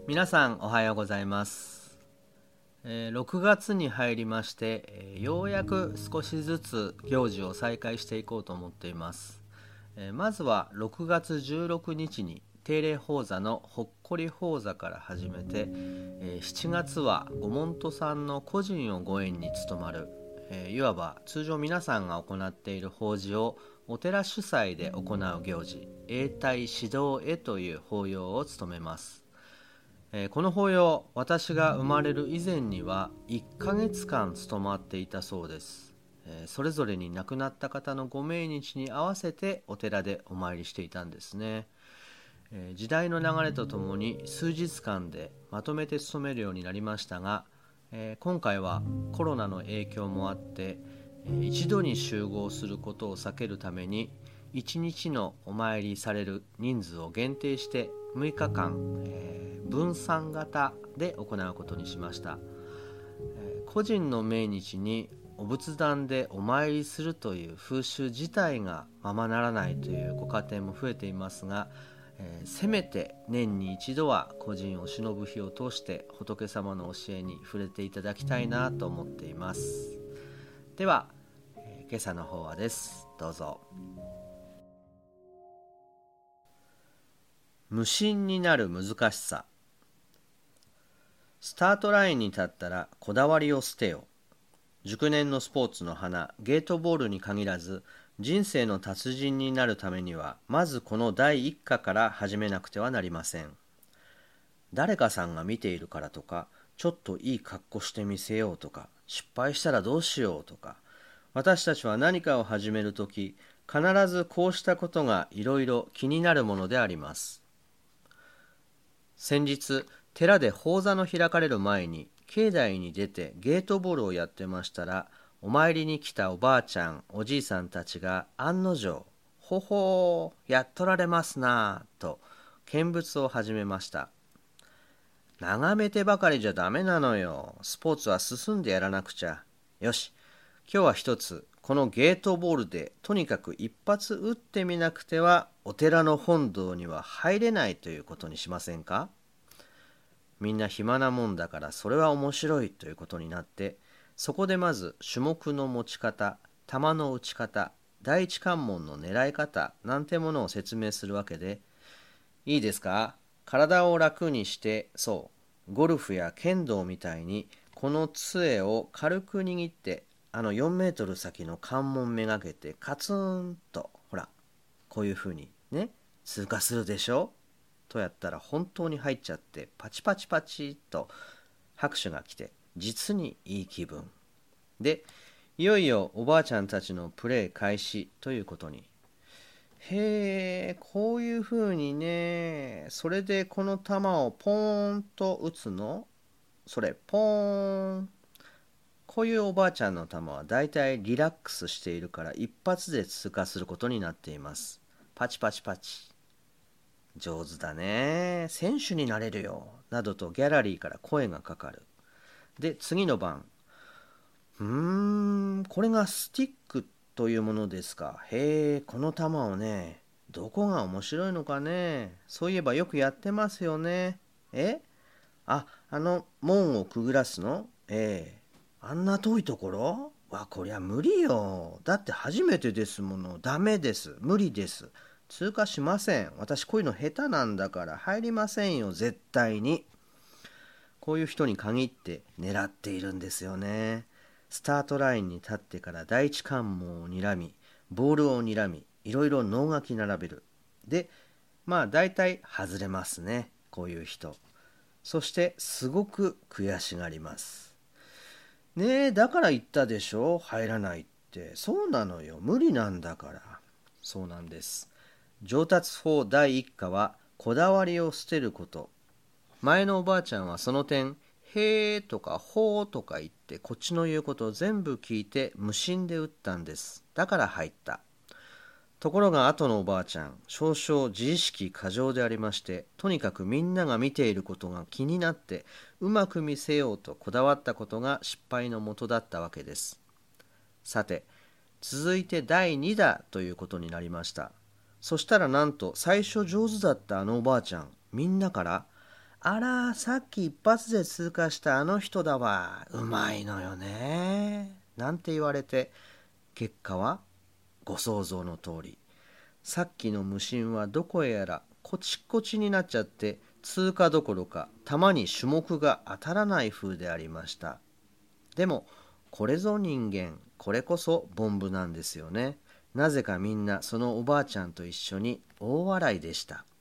皆さんおはようございます。6月に入りまして、ようやく少しずつ行事を再開していこうと思っています。まずは6月16日に定例法座のほっこり法座から始めて、7月はご門徒さんの個人をご縁に務まる、いわば通常皆さんが行っている法事をお寺主催で行う行事、永代指導へという法要を務めます。この法要、私が生まれる以前には1ヶ月間務まっていたそうです。それぞれに亡くなった方のご命日に合わせてお寺でお参りしていたんですね。時代の流れとともに数日間でまとめて務めるようになりましたが、今回はコロナの影響もあって、一度に集合することを避けるために1日のお参りされる人数を限定して6日間、分散型で行うことにしました。個人の命日にお仏壇でお参りするという風習自体がままならないというご家庭も増えていますが、せめて年に一度は個人を忍ぶ日を通して仏様の教えに触れていただきたいなと思っています。では、今朝の法話です。どうぞ。無心になる難しさ。スタートラインに立ったらこだわりを捨てよ。熟年のスポーツの花、ゲートボールに限らず、人生の達人になるためには、まずこの第一課から始めなくてはなりません。誰かさんが見ているからとか、ちょっといい格好してみせようとか、失敗したらどうしようとか、私たちは何かを始めるとき、必ずこうしたことがいろいろ気になるものであります。先日、寺で法座の開かれる前に、境内に出てゲートボールをやってましたら、お参りに来たおばあちゃん、おじいさんたちが案の定、ほほー、やっとられますなぁ、と見物を始めました。眺めてばかりじゃダメなのよ。スポーツは進んでやらなくちゃ。よし、今日は一つ、このゲートボールでとにかく一発打ってみなくては、お寺の本堂には入れないということにしませんか？みんな暇なもんだからそれは面白いということになって、そこでまず種目の持ち方、球の打ち方、第一関門の狙い方なんてものを説明するわけで、いいですか？体を楽にして、ゴルフや剣道みたいにこの杖を軽く握って、4メートル先の関門めがけてカツンと、ほら、こういう風にね、通過するでしょとやったら本当に入っちゃって、パチパチパチと拍手が来て、実にいい気分で、いよいよおばあちゃんたちのプレイ開始ということに。へえ、こういう風にね、それでこの球をポーンと打つの？それポーン。こういうおばあちゃんの球はだいたいリラックスしているから一発で通過することになっています。パチパチパチ。上手だね。選手になれるよ。などとギャラリーから声がかかる。で、次の番。これがスティックというものですか。へえ、この球をね、どこが面白いのかね。そういえばよくやってますよね。門をくぐらすの？あんな遠いところ？こりゃ無理よ。だって初めてですもの。ダメです。無理です。通過しません。私こういうの下手なんだから入りませんよ、絶対に。こういう人に限って狙っているんですよね。スタートラインに立ってから第一関門を睨み、ボールを睨み、いろいろ能書き並べる。で、大体外れますね、こういう人。そしてすごく悔しがります。ねえ、だから言ったでしょ、入らないって。そうなのよ、無理なんだから。そうなんです。上達法第一課はこだわりを捨てること。前のおばあちゃんはその点、へーとかほーとか言ってこっちの言うことを全部聞いて無心で打ったんです。だから入った。ところが後のおばあちゃん、少々自意識過剰でありまして、とにかくみんなが見ていることが気になって、うまく見せようとこだわったことが失敗のもとだったわけです。さて、続いて第2打ということになりました。そしたらなんと最初上手だったあのおばあちゃん、みんなからあら、さっき一発で通過したあの人だわ。うまいのよね。なんて言われて、結果はご想像の通り。さっきの無心はどこへやらコチコチになっちゃって通過どころか球に種目が当たらない風でありました。でもこれぞ人間、これこそボンブなんですよね。なぜかみんなそのおばあちゃんと一緒に大笑いでした。